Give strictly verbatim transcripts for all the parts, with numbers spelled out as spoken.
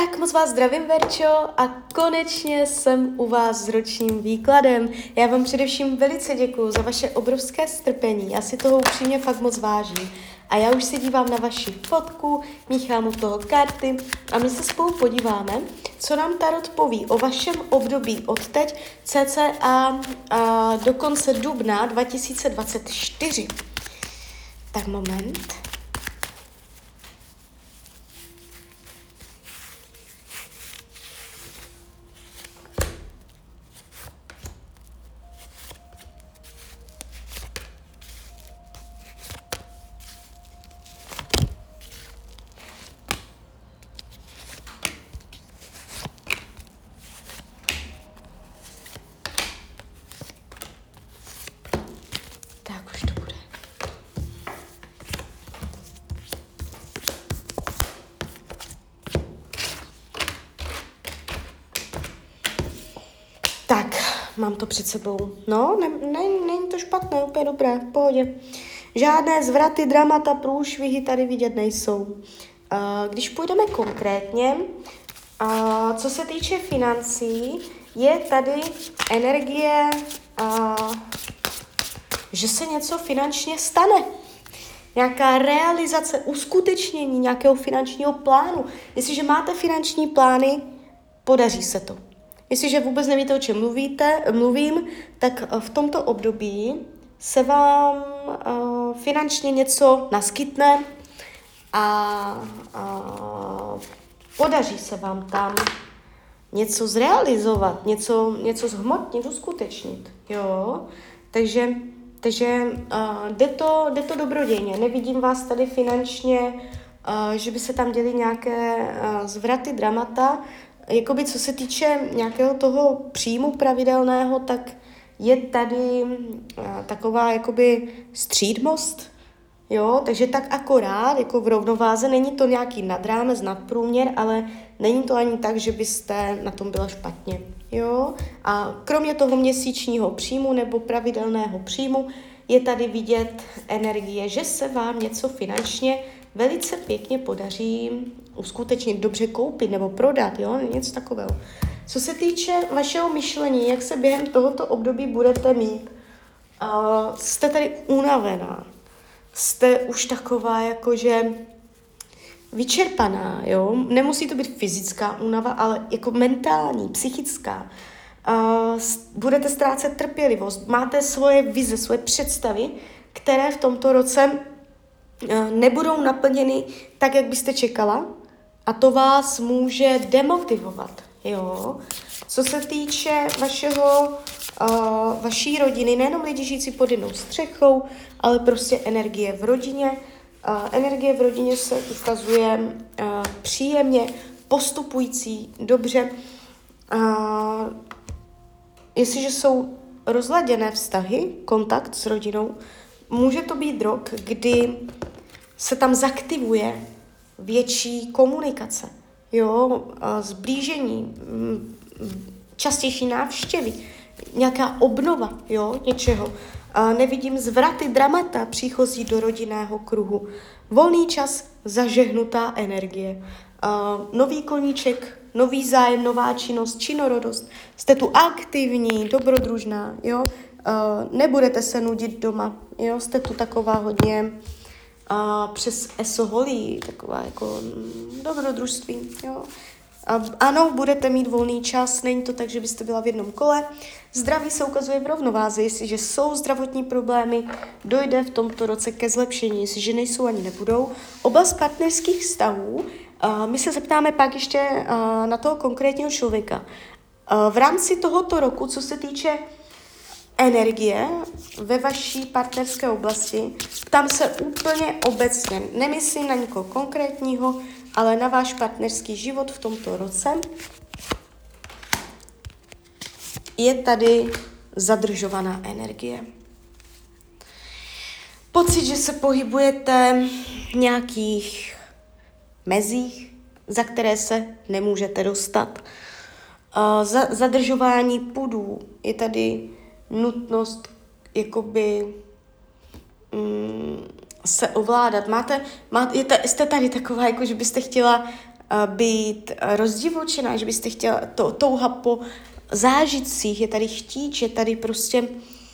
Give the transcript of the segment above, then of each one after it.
Tak moc vás zdravím, Verčo, a konečně jsem u vás s ročním výkladem. Já vám především velice děkuju za vaše obrovské strpení, já si toho upřímně fakt moc vážím. A já už se dívám na vaši fotku, míchám u toho karty a my se spolu podíváme, co nám Tarot poví o vašem období od teď cca a, a do konce dubna dva tisíce dvacet čtyři. Tak moment. Tak už to bude. Tak, mám to před sebou. No, ne, ne, není to špatné, úplně dobré, v pohodě. Žádné zvraty, dramata, průšvihy tady vidět nejsou. Uh, když půjdeme konkrétně, uh, co se týče financí, je tady energie, uh, že se něco finančně stane. Nějaká realizace, uskutečnění nějakého finančního plánu. Jestliže máte finanční plány, podaří se to. Jestliže vůbec nevíte, o čem mluvíte, mluvím, tak v tomto období se vám uh, finančně něco naskytne a uh, podaří se vám tam něco zrealizovat, něco, něco zhmotnit, uskutečnit. Jo? Takže, takže uh, jde, to, jde to dobrodějně. Nevidím vás tady finančně, uh, že by se tam děly nějaké uh, zvraty, dramata. Jakoby co se týče nějakého toho příjmu pravidelného, tak je tady uh, taková jakoby střídmost, jo, takže tak akorát, jako v rovnováze, není to nějaký nadrámec, nadprůměr, ale není to ani tak, že byste na tom byla špatně, jo. A kromě toho měsíčního příjmu nebo pravidelného příjmu je tady vidět energie, že se vám něco finančně velice pěkně podaří uskutečnit, dobře koupit nebo prodat, jo, něco takového. Co se týče vašeho myšlení, jak se během tohoto období budete mít, uh, jste tady unavená, jste už taková jakože vyčerpaná, jo, nemusí to být fyzická únava, ale jako mentální, psychická. Uh, budete ztrácet trpělivost, máte svoje vize, svoje představy, které v tomto roce uh, nebudou naplněny tak, jak byste čekala, a to vás může demotivovat, jo. Co se týče vašeho, uh, vaší rodiny, nejenom lidi žijící pod jednou střechou, ale prostě energie v rodině. Uh, energie v rodině se ukazuje uh, příjemně, postupující, dobře. Uh, jestliže jsou rozladěné vztahy, kontakt s rodinou, může to být rok, kdy se tam zaktivuje větší komunikace, jo, uh, zblížení, m, častější návštěvy, nějaká obnova, jo, něčeho. Uh, nevidím zvraty, dramata příchozí do rodinného kruhu. Volný čas, zažehnutá energie. Uh, nový koníček, nový zájem, nová činnost, činorodost. Jste tu aktivní, dobrodružná, jo. Uh, nebudete se nudit doma, jo. Jste tu taková hodně uh, přes esoholí, taková jako mm, dobrodružství, jo. Uh, ano, budete mít volný čas, není to tak, že byste byla v jednom kole. Zdraví se ukazuje v rovnováze, jestliže jsou zdravotní problémy, dojde v tomto roce ke zlepšení, jestliže nejsou, ani nebudou. Oblast partnerských vztahů, uh, my se zeptáme pak ještě uh, na toho konkrétního člověka. Uh, v rámci tohoto roku, co se týče energie ve vaší partnerské oblasti, tam se úplně obecně, nemyslím na nikoho konkrétního, ale na váš partnerský život v tomto roce, je tady zadržovaná energie. Pocit, že se pohybujete v nějakých mezích, za které se nemůžete dostat. Uh, za, zadržování pudů, je tady nutnost jakoby mm, se ovládat. Máte, máte, jste tady taková, jako že byste chtěla uh, být rozdivočená, že byste chtěla, to, touha po zážitcích, je tady chtít, je tady prostě uh,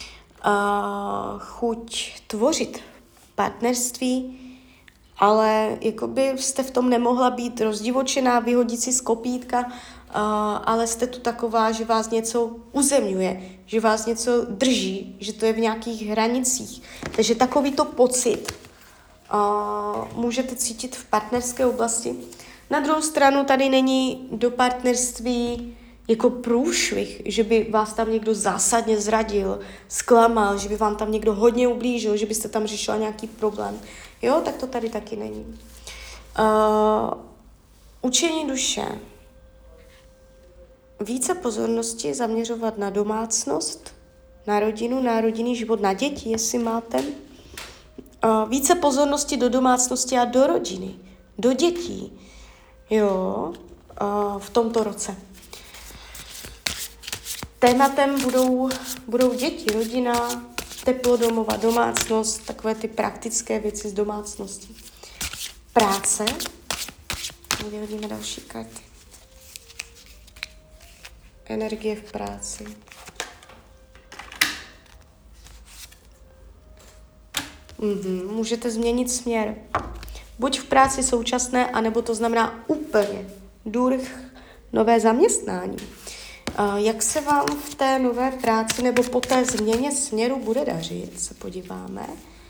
chuť tvořit partnerství, ale jakoby jste v tom nemohla být rozdivočená, vyhodit si z kopítka, uh, ale jste tu taková, že vás něco uzemňuje, že vás něco drží, že to je v nějakých hranicích. Takže takovýto pocit uh, můžete cítit v partnerské oblasti. Na druhou stranu tady není do partnerství jako průšvih, že by vás tam někdo zásadně zradil, zklamal, že by vám tam někdo hodně ublížil, že byste tam řešila nějaký problém. Jo, tak to tady taky není. Uh, učení duše. Více pozornosti zaměřovat na domácnost, na rodinu, na rodinný život, na děti, jestli máte. Uh, více pozornosti do domácnosti a do rodiny, do dětí. Jo, uh, v tomto roce. Tématem budou, budou děti, rodina, teplo domova, domácnost, takové ty praktické věci z domácnosti. Práce. Vyhodíme další karty. Energie v práci. Mhm, můžete změnit směr. Buď v práci současné, anebo to znamená úplně durch nové zaměstnání. Jak se vám v té nové práci nebo po té změně směru bude dařit, se podíváme.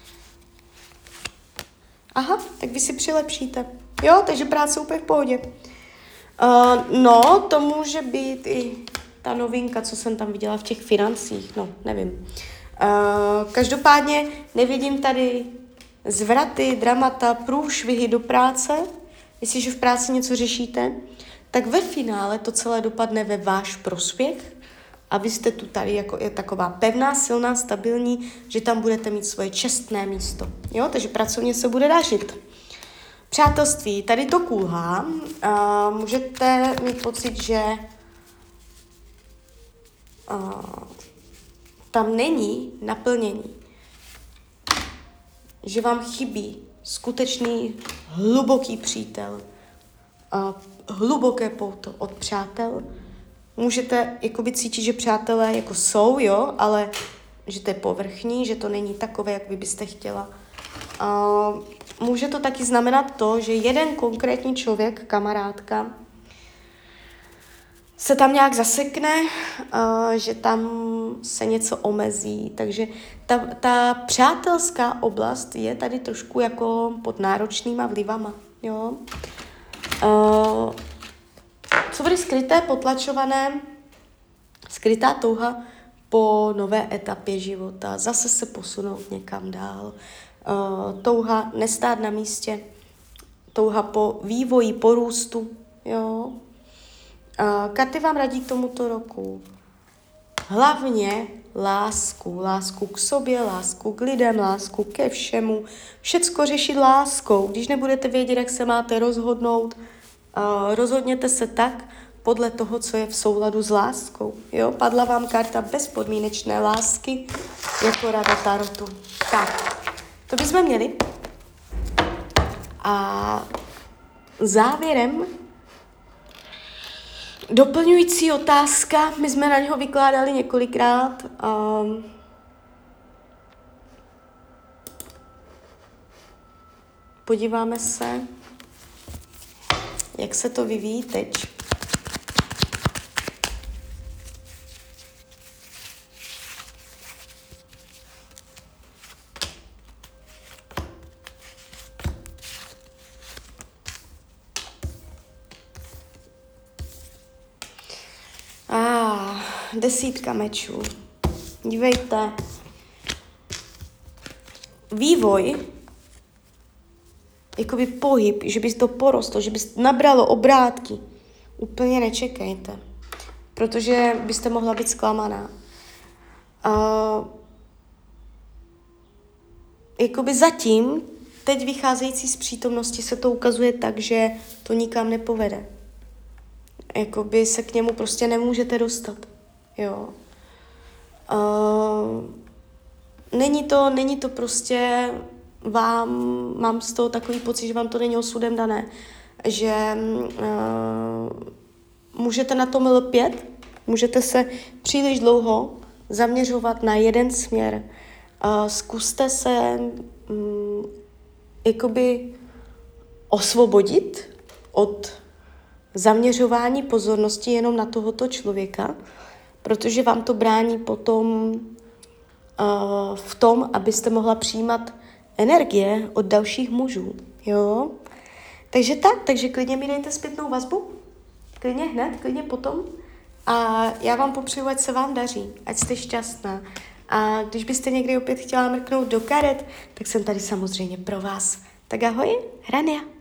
Aha, tak vy si přilepšíte. Jo, takže práce úplně v pohodě. Uh, no, to může být i ta novinka, co jsem tam viděla v těch financích, no, nevím. Uh, každopádně nevidím tady zvraty, dramata, průšvihy do práce. Jestliže v práci něco řešíte, tak ve finále to celé dopadne ve váš prospěch a vy jste tu tady jako je taková pevná, silná, stabilní, že tam budete mít svoje čestné místo. Jo, takže pracovně se bude dařit. Přátelství, tady to kulhá. A můžete mít pocit, že a, tam není naplnění. Že vám chybí skutečný hluboký přítel. A hluboké pouto od přátel. Můžete jakoby cítit, že přátelé jako jsou, jo, ale že to je povrchní, že to není takové, jak vy byste chtěla. Uh, může to taky znamenat to, že jeden konkrétní člověk, kamarádka, se tam nějak zasekne, uh, že tam se něco omezí. Takže ta, ta přátelská oblast je tady trošku jako pod náročnýma vlivama, jo. Uh, co bude skryté, potlačované, skrytá touha po nové etapě života, zase se posunout někam dál, uh, touha nestát na místě, touha po vývoji, po růstu, jo. Uh, karty vám radí k tomuto roku. Hlavně lásku, lásku k sobě, lásku k lidem, lásku ke všemu. Všecko řešit láskou. Když nebudete vědět, jak se máte rozhodnout, uh, rozhodněte se tak podle toho, co je v souladu s láskou. Jo? Padla vám karta bezpodmínečné lásky jako rada tarotu. Tak, to bychom měli. A závěrem doplňující otázka, my jsme na něho vykládali několikrát. Um, podíváme se, jak se to vyvíjí teď. Ah, desítka mečů. Dívejte. Vývoj, jakoby pohyb, že by to porostlo, že by nabralo obrátky. Úplně nečekejte, protože byste mohla být zklamaná. Uh, jakoby zatím, teď vycházející z přítomnosti, se to ukazuje tak, že to nikam nepovede. Jakoby se k němu prostě nemůžete dostat. Jo. Uh, není to, není to prostě vám, mám z toho takový pocit, že vám to není osudem dané. že uh, můžete na tom lpět, můžete se příliš dlouho zaměřovat na jeden směr. Uh, zkuste se um, jakoby osvobodit od zaměřování pozornosti jenom na tohoto člověka, protože vám to brání potom uh, v tom, abyste mohla přijímat energie od dalších mužů. Jo? Takže tak, takže klidně mi dejte zpětnou vazbu, klidně hned, klidně potom a já vám popřeju, ať se vám daří, ať jste šťastná. A když byste někdy opět chtěla mrknout do karet, tak jsem tady samozřejmě pro vás. Tak ahoj, Hrania.